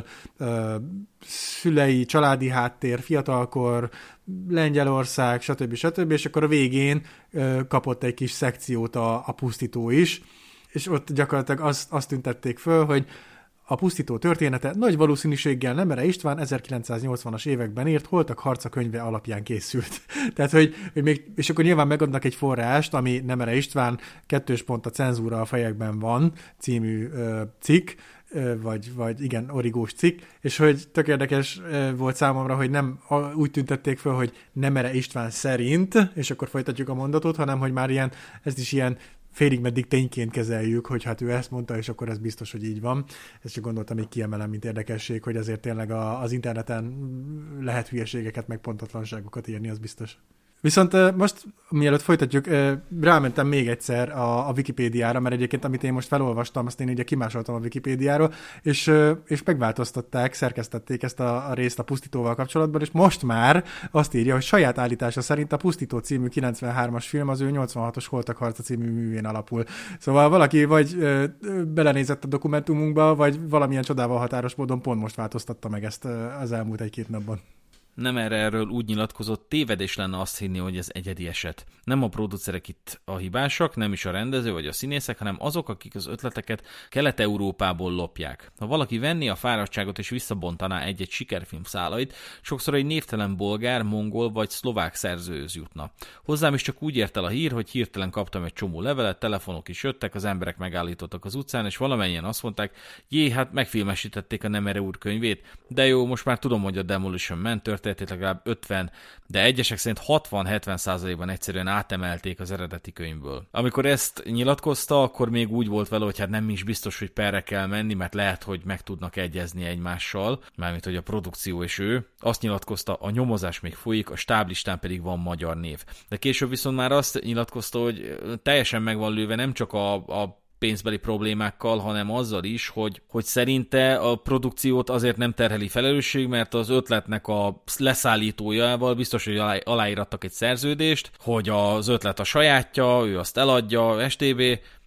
szülei, családi háttér, fiatalkor, Lengyelország, stb. És akkor a végén kapott egy kis szekciót a Pusztító is, és ott gyakorlatilag azt tüntették föl, hogy a Pusztító története nagy valószínűséggel Nemere István 1980-as években írt Holtak harca könyve alapján készült. Tehát, hogy még, és akkor nyilván megadnak egy forrást, ami Nemere István a cenzúra a fejekben van című cikk, vagy igen, origós cikk, és hogy tök érdekes volt számomra, hogy nem úgy tüntették föl, hogy Nemere István szerint, és akkor folytatjuk a mondatot, hanem hogy már ezt is ilyen félig meddig tényként kezeljük, hogy hát ő ezt mondta, és akkor ez biztos, hogy így van. Ezt csak gondoltam, hogy kiemelem, mint érdekesség, hogy azért tényleg az interneten lehet hülyeségeket, meg pontatlanságokat írni, az biztos. Viszont most, mielőtt folytatjuk, rámentem még egyszer a Wikipédiára, mert egyébként, amit én most felolvastam, azt én ugye kimásoltam a Wikipédiáról, és megváltoztatták, szerkesztették ezt a részt a Pusztítóval kapcsolatban, és most már azt írja, hogy saját állítása szerint a Pusztító című 93-as film az ő 86-os Holtak harca című művén alapul. Szóval valaki vagy belenézett a dokumentumunkba, vagy valamilyen csodával határos módon pont most változtatta meg ezt az elmúlt egy-két napban. Nem erről úgy nyilatkozott, tévedés lenne azt hinni, hogy ez egyedi eset. Nem a producerek itt a hibásak, nem is a rendező vagy a színészek, hanem azok, akik az ötleteket Kelet-Európából lopják. Ha valaki venné a fáradtságot és visszabontaná egy-egy sikerfilm szálait, sokszor egy névtelen bolgár, mongol vagy szlovák szerzőhöz jutna. Hozzám is csak úgy ért el a hír, hogy hirtelen kaptam egy csomó levelet, telefonok is jöttek, az emberek megállítottak az utcán, és valamennyien azt mondták, hát megfilmesítették a Nemere úr könyvét, de jó, most már tudom, hogy a Demolition Man történetét legalább 50, de egyesek szerint 60-70%-ban egyszerűen átemelték az eredeti könyvből. Amikor ezt nyilatkozta, akkor még úgy volt vele, hogy hát nem is biztos, hogy perre kell menni, mert lehet, hogy meg tudnak egyezni egymással, mármint hogy a produkció és ő. Azt nyilatkozta, a nyomozás még folyik, a stáblistán pedig van magyar név. De később viszont már azt nyilatkozta, hogy teljesen meg van lőve nem csak a pénzbeli problémákkal, hanem azzal is, hogy szerinte a produkciót azért nem terheli felelősség, mert az ötletnek a leszállítójával biztos, hogy aláírattak egy szerződést, hogy az ötlet a sajátja, ő azt eladja, stb.,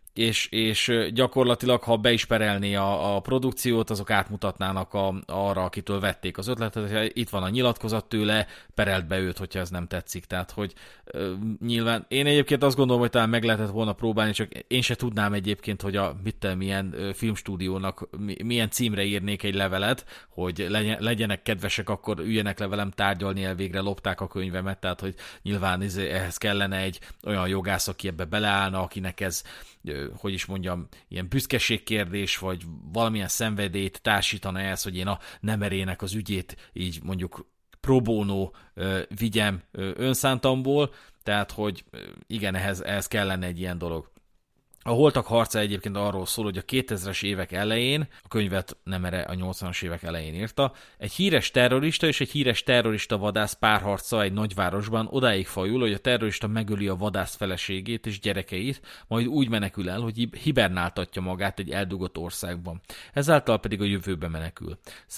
és gyakorlatilag, ha be is perelné a produkciót, azok átmutatnának arra, akitől vették az ötletet, hogy itt van a nyilatkozat tőle, perelt be őt, hogyha ez nem tetszik. Tehát, hogy nyilván én egyébként azt gondolom, hogy talán meg lehetett volna próbálni, csak én se tudnám egyébként, hogy milyen filmstúdiónak milyen címre írnék egy levelet, hogy legyenek kedvesek, akkor üljenek le velem tárgyalni, elvégre lopták a könyvemet, tehát, hogy nyilván ehhez kellene egy olyan jogász, aki ebbe beleállna, akinek ez, hogy is mondjam, ilyen büszkeségkérdés, vagy valamilyen szenvedélyt társítana ehhez, hogy én a Nemerének az ügyét így mondjuk pro bono vigyem önszántamból, tehát, hogy igen, ehhez kellene egy ilyen dolog. A Holtak harca egyébként arról szól, hogy a 2000-es évek elején, a könyvet Nemere a 80-as évek elején írta, egy híres terrorista és egy híres terrorista vadász párharca egy nagyvárosban odáig fajul, hogy a terrorista megöli a vadász feleségét és gyerekeit, majd úgy menekül el, hogy hibernáltatja magát egy eldugott országban. Ezáltal pedig a jövőbe menekül.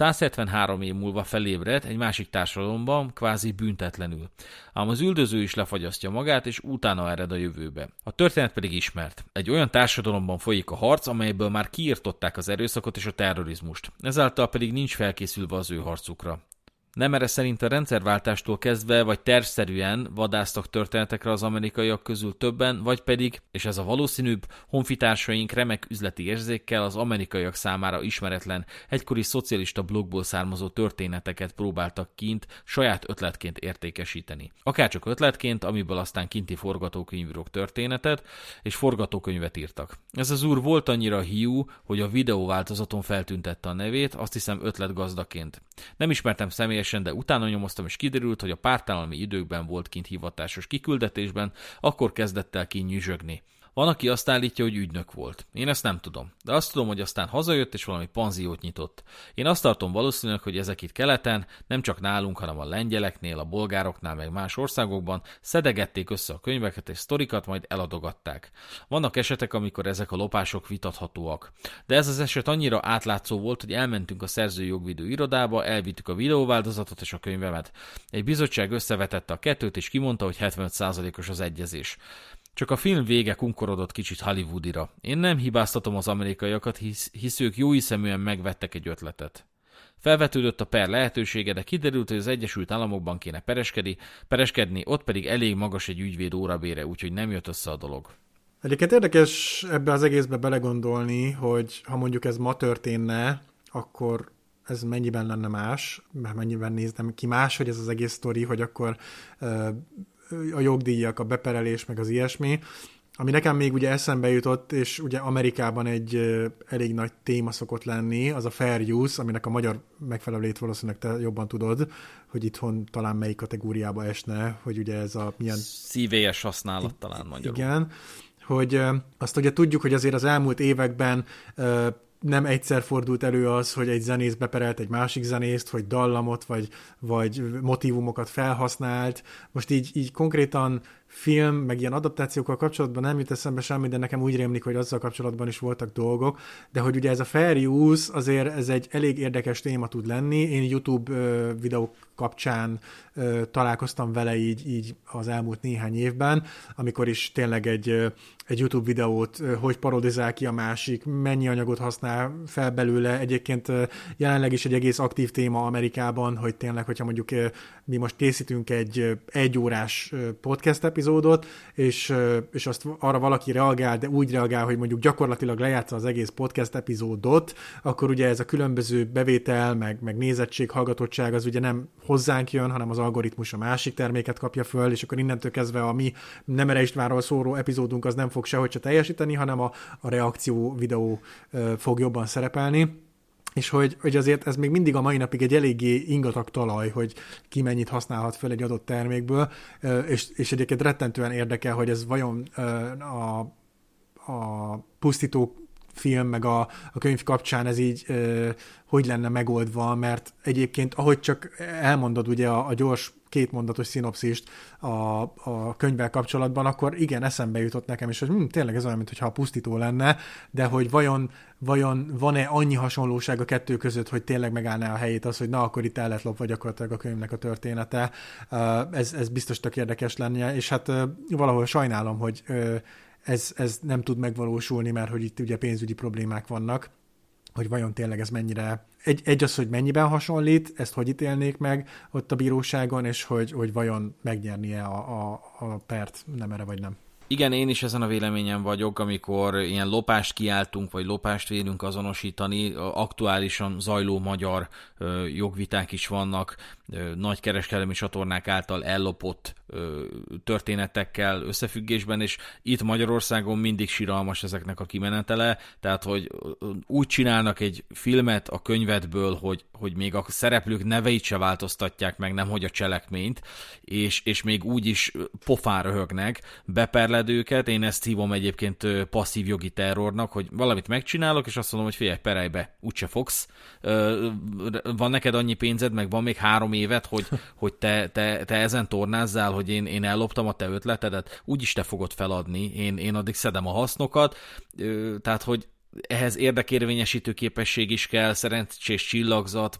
173 év múlva felébred egy másik társadalomban, kvázi büntetlenül. Ám az üldöző is lefagyasztja magát, és utána ered a jövőbe. A történet pedig ismert. Egy olyan társadalomban folyik a harc, amelyből már kiirtották az erőszakot és a terrorizmust. Ezáltal pedig nincs felkészülve az ő harcukra. Nemere szerint a rendszerváltástól kezdve vagy tervszerűen vadásztak történetekre az amerikaiak közül többen, vagy pedig, és ez a valószínűbb, honfitársaink remek üzleti érzékkel az amerikaiak számára ismeretlen, egykori szocialista blogból származó történeteket próbáltak kint saját ötletként értékesíteni. Akárcsak ötletként, amiből aztán kinti forgatókönyvírók történetet és forgatókönyvet írtak. Ez az úr volt annyira hiú, hogy a videóváltozaton feltüntette a nevét, azt hiszem ötletgazdaként. Nem ismertem személyesen, de utána nyomoztam, és kiderült, hogy a pártállami időkben volt kint hivatásos kiküldetésben, akkor kezdett el kinyüzsögni. Van, aki azt állítja, hogy ügynök volt. Én ezt nem tudom. De azt tudom, hogy aztán hazajött, és valami panziót nyitott. Én azt tartom valószínűleg, hogy ezek itt keleten, nem csak nálunk, hanem a lengyeleknél, a bolgároknál, meg más országokban szedegették össze a könyveket és sztorikat, majd eladogatták. Vannak esetek, amikor ezek a lopások vitathatóak. De ez az eset annyira átlátszó volt, hogy elmentünk a szerzői jogvédő irodába, elvittük a videóváltozatot és a könyvemet. Egy bizottság összevetette a kettőt, és kimondta, hogy 75%-os az egyezés. Csak a film vége kunkorodott kicsit hollywoodira. Én nem hibáztatom az amerikaiakat, hisz ők jóhiszeműen megvettek egy ötletet. Felvetődött a per lehetősége, de kiderült, hogy az Egyesült Államokban kéne pereskedni, ott pedig elég magas egy ügyvéd órabére, úgyhogy nem jött össze a dolog. Egyébként érdekes ebbe az egészbe belegondolni, hogy ha mondjuk ez ma történne, akkor ez mennyiben lenne más, mert mennyiben néznem ki más, hogy ez az egész sztori, hogy akkor a jogdíjak, a beperelés, meg az ilyesmi. Ami nekem még ugye eszembe jutott, és ugye Amerikában egy elég nagy téma szokott lenni, az a fair use, aminek a magyar megfelelőjét valószínűleg te jobban tudod, hogy itthon talán melyik kategóriába esne, hogy ugye ez a milyen... Szívélyes használat talán magyarul. Igen, hogy azt ugye tudjuk, hogy azért az elmúlt években nem egyszer fordult elő az, hogy egy zenész beperelt egy másik zenészt, hogy dallamot vagy motívumokat felhasznált. Most így konkrétan film, meg ilyen adaptációkkal kapcsolatban nem jut eszembe semmi, de nekem úgy rémlik, hogy azzal kapcsolatban is voltak dolgok. De hogy ugye ez a fair use, azért ez egy elég érdekes téma tud lenni. Én YouTube videók kapcsán találkoztam vele így az elmúlt néhány évben, amikor is tényleg egy YouTube videót, hogy parodizál ki a másik, mennyi anyagot használ fel belőle. Egyébként jelenleg is egy egész aktív téma Amerikában, hogy tényleg, hogyha mondjuk mi most készítünk egy órás podcast epizódot, és azt arra valaki reagál, de úgy reagál, hogy mondjuk gyakorlatilag lejátsza az egész podcast epizódot, akkor ugye ez a különböző bevétel, meg nézettség, hallgatottság az ugye nem hozzánk jön, hanem az algoritmus a másik terméket kapja föl, és akkor innentől kezdve a mi Nemere Istvánról szóló epizódunk az nem fog sehogy se teljesíteni, hanem a reakció videó fog jobban szerepelni. És hogy azért ez még mindig a mai napig egy eléggé ingatag talaj, hogy ki mennyit használhat föl egy adott termékből, és egyébként rettentően érdekel, hogy ez vajon a pusztító film, meg a könyv kapcsán ez így hogy lenne megoldva, mert egyébként, ahogy csak elmondod ugye a gyors kétmondatos szinopszist a könyvvel kapcsolatban, akkor igen, eszembe jutott nekem is, hogy tényleg ez olyan, mintha a pusztító lenne, de hogy vajon van-e annyi hasonlóság a kettő között, hogy tényleg megállná a helyét az, hogy na, akkor itt el lett lopva gyakorlatilag a könyvnek a története. Ez biztos tök érdekes lenne, és hát valahol sajnálom, hogy ez nem tud megvalósulni, mert hogy itt ugye pénzügyi problémák vannak, hogy vajon tényleg ez mennyire... Egy az, hogy mennyiben hasonlít, ezt hogy ítélnék meg ott a bíróságon, és hogy vajon megnyernie a pert, nem erre vagy nem. Igen, én is ezen a véleményen vagyok, amikor ilyen lopást kiáltunk, vagy lopást vélünk azonosítani, aktuálisan zajló magyar jogviták is vannak, nagy kereskedelmi csatornák által ellopott történetekkel összefüggésben, és itt Magyarországon mindig siralmas ezeknek a kimenetele, tehát hogy úgy csinálnak egy filmet a könyvedből, hogy még a szereplők neveit se változtatják meg, nemhogy a cselekményt, és még úgy is pofán röhögnek, beperled őket. Én ezt hívom egyébként passzív jogi terrornak, hogy valamit megcsinálok, és azt mondom, hogy figyelj, perelj be, úgyse fogsz. Van neked annyi pénzed, meg van még 3 évet, hogy te ezen tornázzál, hogy én elloptam a te ötletedet, úgyis te fogod feladni, én addig szedem a hasznokat, tehát hogy ehhez érdekérvényesítő képesség is kell, szerencsés csillagzat,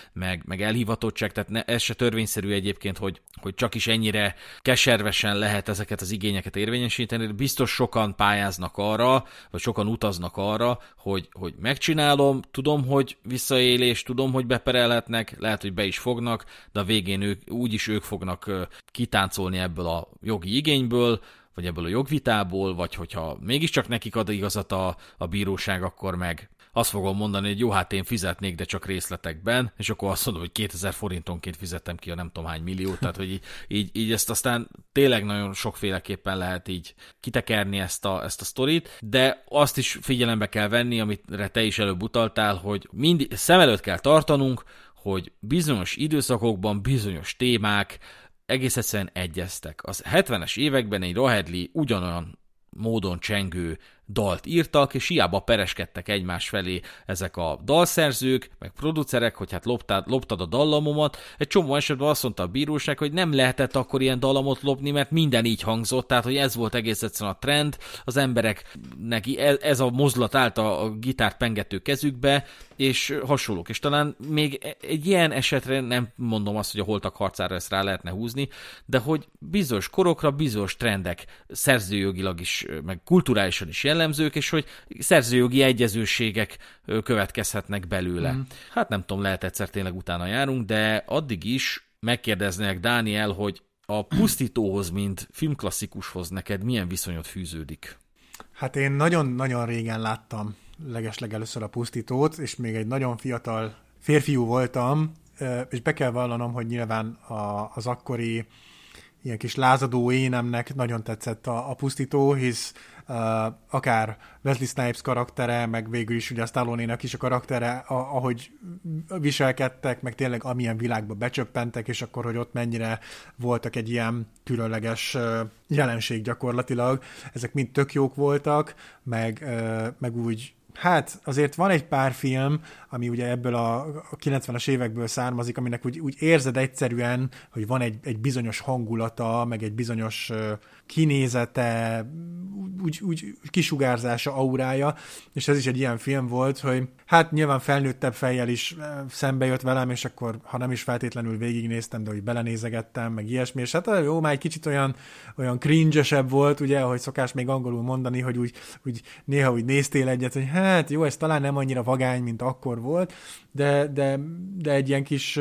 meg elhivatottság, tehát ez se törvényszerű egyébként, hogy csak is ennyire keservesen lehet ezeket az igényeket érvényesíteni. Biztos sokan pályáznak arra, vagy sokan utaznak arra, hogy megcsinálom, tudom, hogy visszaélés, tudom, hogy beperelhetnek, lehet, hogy be is fognak, de a végén úgyis ők fognak kitáncolni ebből a jogi igényből, vagy ebből a jogvitából, vagy hogyha mégiscsak nekik ad igazat a bíróság, akkor meg azt fogom mondani, hogy jó, hát én fizetnék, de csak részletekben, és akkor azt mondom, hogy 2000 forintonként fizettem ki a nem tudom hány milliót, tehát hogy így ezt aztán tényleg nagyon sokféleképpen lehet így kitekerni ezt a sztorit, de azt is figyelembe kell venni, amire te is előbb utaltál, hogy mindig szem előtt kell tartanunk, hogy bizonyos időszakokban bizonyos témák egész egyszerűen egyeztek. Az 70-es években egy Rahedli ugyanolyan módon csengő dalt írtak, és hiába pereskedtek egymás felé ezek a dalszerzők, meg producerek, hogy hát loptad a dallamomat. Egy csomó esetben azt mondta a bíróság, hogy nem lehetett akkor ilyen dallamot lopni, mert minden így hangzott, tehát hogy ez volt egész egyszerűen a trend, az embereknek ez a mozdulat állt a gitárt pengető kezükbe, és hasonlók. És talán még egy ilyen esetre nem mondom azt, hogy a holtak harcára ezt rá lehetne húzni, de hogy bizonyos korokra bizonyos trendek szerzőjogilag is, meg kulturálisan is jellemzők, és hogy szerzőjogi egyezőségek következhetnek belőle. Hát nem tudom, lehet egyszer tényleg utána járunk, de addig is megkérdeznék, Dániel, hogy a Pusztítóhoz, mint filmklasszikushoz neked milyen viszonyod fűződik? Hát én nagyon-nagyon régen láttam legeslegelőször a Pusztítót, és még egy nagyon fiatal férfiú voltam, és be kell vallanom, hogy nyilván az akkori ilyen kis lázadó énemnek nagyon tetszett a Pusztító, hisz akár Wesley Snipes karaktere, meg végül is ugye a Stallone-nak is a karaktere, ahogy viselkedtek, meg tényleg amilyen világba becsöppentek, és akkor, hogy ott mennyire voltak egy ilyen különleges jelenség gyakorlatilag. Ezek mind tök jók voltak, meg úgy. Hát azért van egy pár film, ami ugye ebből a 90-es évekből származik, aminek úgy érzed egyszerűen, hogy van egy bizonyos hangulata, meg egy bizonyos kinézete, úgy kisugárzása, aurája, és ez is egy ilyen film volt, hogy hát nyilván felnőttebb fejjel is szembe jött velem, és akkor, ha nem is feltétlenül végignéztem, de hogy belenézegettem, meg ilyesmi, és hát jó, már egy kicsit olyan cringe-esebb volt, ugye, ahogy szokás még angolul mondani, hogy úgy néha úgy néztél egyet, hogy hát jó, ez talán nem annyira vagány, mint akkor volt, de egy ilyen kis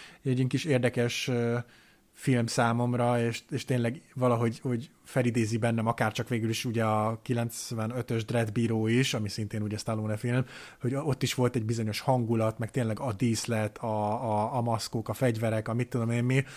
érdekes film számomra, és tényleg valahogy hogy felidézi bennem, akár csak végül is ugye a 95-ös Dread Bíró is, ami szintén ugye Stallone film, hogy ott is volt egy bizonyos hangulat, meg tényleg a díszlet, a maszkok, a fegyverek, a mit tudom én mi.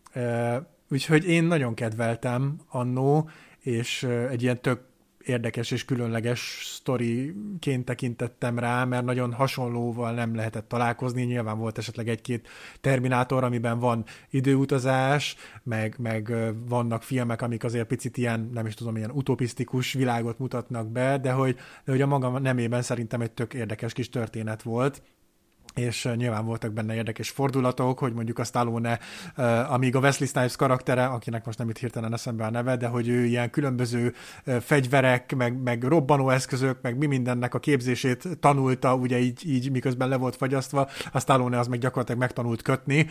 Úgyhogy én nagyon kedveltem annó, és egy ilyen tök érdekes és különleges sztoriként tekintettem rá, mert nagyon hasonlóval nem lehetett találkozni. Nyilván volt esetleg egy-két Terminátor, amiben van időutazás, meg vannak filmek, amik azért picit ilyen, nem is tudom, ilyen utopisztikus világot mutatnak be, de hogy a maga nemében szerintem egy tök érdekes kis történet volt. és nyilván voltak benne érdekes fordulatok, hogy mondjuk a Stallone, amíg a Wesley Snipes karaktere, akinek most nem itt hirtelen eszembe a neve, de hogy ő ilyen különböző fegyverek, meg robbanóeszközök, meg mi mindennek a képzését tanulta, ugye így miközben le volt fagyasztva, a Stallone az meg gyakorlatilag megtanult kötni,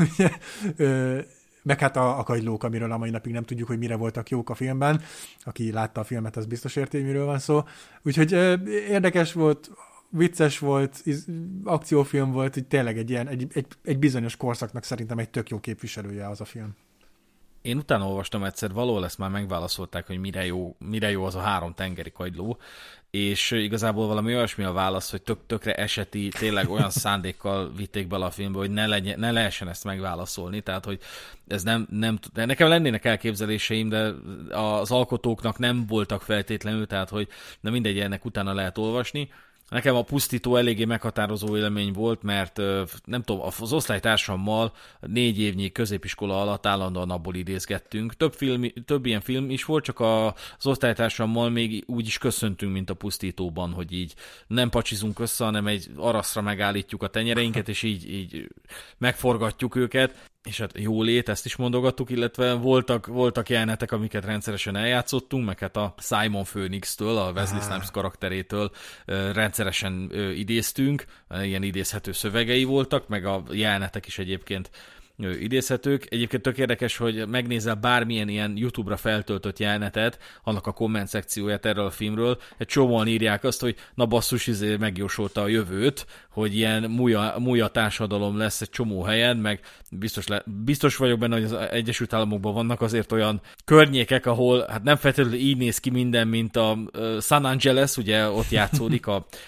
meg hát a kagylók, amiről a mai napig nem tudjuk, hogy mire voltak jók a filmben. Aki látta a filmet, az biztos érti, hogy miről van szó. Úgyhogy érdekes volt, vicces volt, akciófilm volt, így tényleg egy bizonyos korszaknak szerintem egy tök jó képviselője az a film. Én utána olvastam egyszer, valahol ezt már megválaszolták, hogy mire jó az a 3 tengeri kagyló, és igazából valami olyasmi a válasz, hogy tökre eseti, tényleg olyan szándékkal vitték bele a filmbe, hogy ne lehessen ezt megválaszolni, tehát hogy ez nem nekem lennének elképzeléseim, de az alkotóknak nem voltak feltétlenül, tehát hogy de mindegy, ennek utána lehet olvasni. Nekem a Pusztító eléggé meghatározó élmény volt, mert nem tudom, az osztálytársammal 4 évnyi középiskola alatt állandóan abból idézgettünk. Több ilyen film is volt, csak az osztálytársammal még úgy is köszöntünk, mint a Pusztítóban, hogy így nem pacsizunk össze, hanem egy araszra megállítjuk a tenyereinket, és így megforgatjuk őket. És hát jólét, ezt is mondogattuk, illetve voltak jelenetek, amiket rendszeresen eljátszottunk, meg hát a Simon Phoenix-től, a Wesley Snipes karakterétől rendszeresen idéztünk, ilyen idézhető szövegei voltak, meg a jelenetek is egyébként idézhetők. Egyébként tök érdekes, hogy megnézel bármilyen ilyen YouTube-ra feltöltött jelenetet, annak a komment szekcióját erről a filmről, egy csomóan írják azt, hogy na basszus, megjósolta a jövőt, hogy ilyen múja társadalom lesz egy csomó helyen, meg biztos vagyok benne, hogy az Egyesült Államokban vannak azért olyan környékek, ahol hát nem feltétlenül így néz ki minden, mint a San Angeles, ugye ott játszódik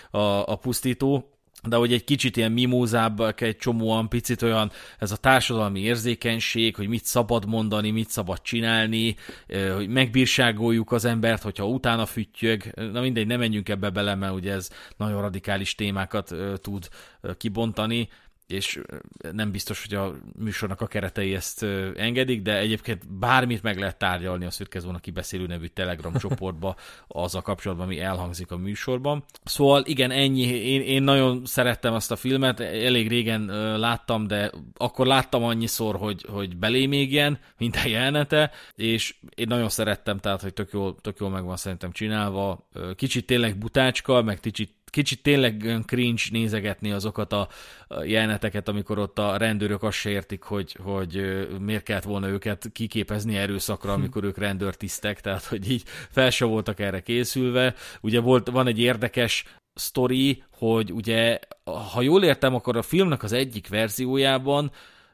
a Pusztító, de hogy egy kicsit ilyen mimózábbak, egy csomóan picit olyan ez a társadalmi érzékenység, hogy mit szabad mondani, mit szabad csinálni, hogy megbírságoljuk az embert, hogyha utána füttyög. Na mindegy, nem menjünk ebbe bele, mert ugye ez nagyon radikális témákat tud kibontani, és nem biztos, hogy a műsornak a keretei ezt engedik, de egyébként bármit meg lehet tárgyalni a Szürke Zóna Kibeszélő nevű Telegram csoportba azzal kapcsolatban, ami elhangzik a műsorban. Szóval igen, ennyi. Én nagyon szerettem azt a filmet, elég régen láttam, de akkor láttam annyiszor, hogy belém égjen, mint a jelenete, és én nagyon szerettem, tehát, hogy tök jól meg van szerintem csinálva. Kicsit tényleg butácska, meg kicsit tényleg cringe nézegetni azokat a jeleneteket, amikor ott a rendőrök azt se értik, hogy miért kellett volna őket kiképezni erőszakra, amikor ők rendőrtisztek, tehát hogy így fel se voltak erre készülve. Ugye van egy érdekes sztori, hogy ugye, ha jól értem, akkor a filmnek az egyik verziójában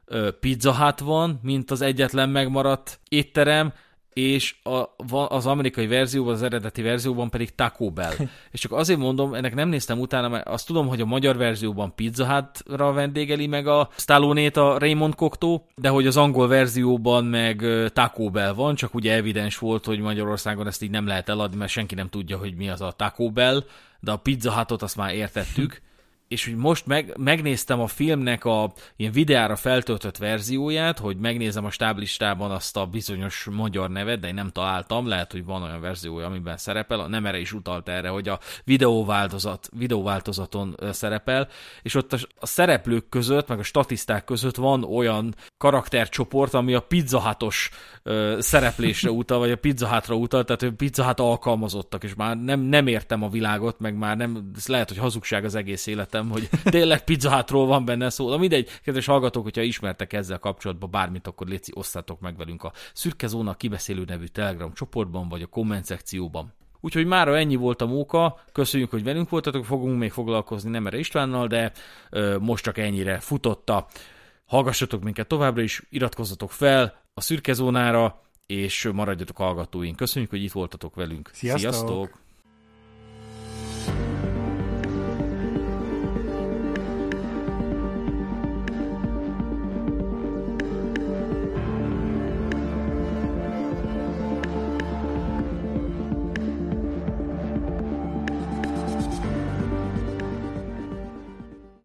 Pizza Hut van, mint az egyetlen megmaradt étterem, és az amerikai verzióban, az eredeti verzióban pedig Taco Bell. És csak azért mondom, ennek nem néztem utána, mert azt tudom, hogy a magyar verzióban Pizza Hut-ra vendégeli meg a Stallone-t a Raymond Cocteau, de hogy az angol verzióban meg Taco Bell van, csak ugye evidens volt, hogy Magyarországon ezt így nem lehet eladni, mert senki nem tudja, hogy mi az a Taco Bell, de a Pizza Hut-ot azt már értettük. És hogy most megnéztem a filmnek a ilyen videára feltöltött verzióját, hogy megnézem a stáblistában azt a bizonyos magyar nevet, de én nem találtam, lehet, hogy van olyan verziója, amiben szerepel, a nem erre is utalt erre, hogy a videóváltozaton szerepel, és ott a szereplők között, meg a statiszták között van olyan karaktercsoport, ami a Pizza Hut-os szereplésre utal, vagy a Pizza Hut-ra utal, tehát hogy Pizza Hut alkalmazottak, és már nem értem a világot, meg már nem, ez lehet, hogy hazugság az egész életem, hogy tényleg Pizza Hutról van benne szó. De mindegy, kedves hallgatók, hogyha ismertek ezzel kapcsolatban bármit, akkor léci, osztátok meg velünk a Szürke Zóna Kibeszélő nevű Telegram csoportban, vagy a komment szekcióban. Úgyhogy mára ennyi volt a móka, köszönjük, hogy velünk voltatok, fogunk még foglalkozni Nemere Istvánnal, de most csak ennyire futotta. Hallgassatok minket továbbra is, iratkozzatok fel a Szürke Zónára, és maradjatok hallgatóink. Köszönjük, hogy itt voltatok velünk. Sziasztok! Sziasztok!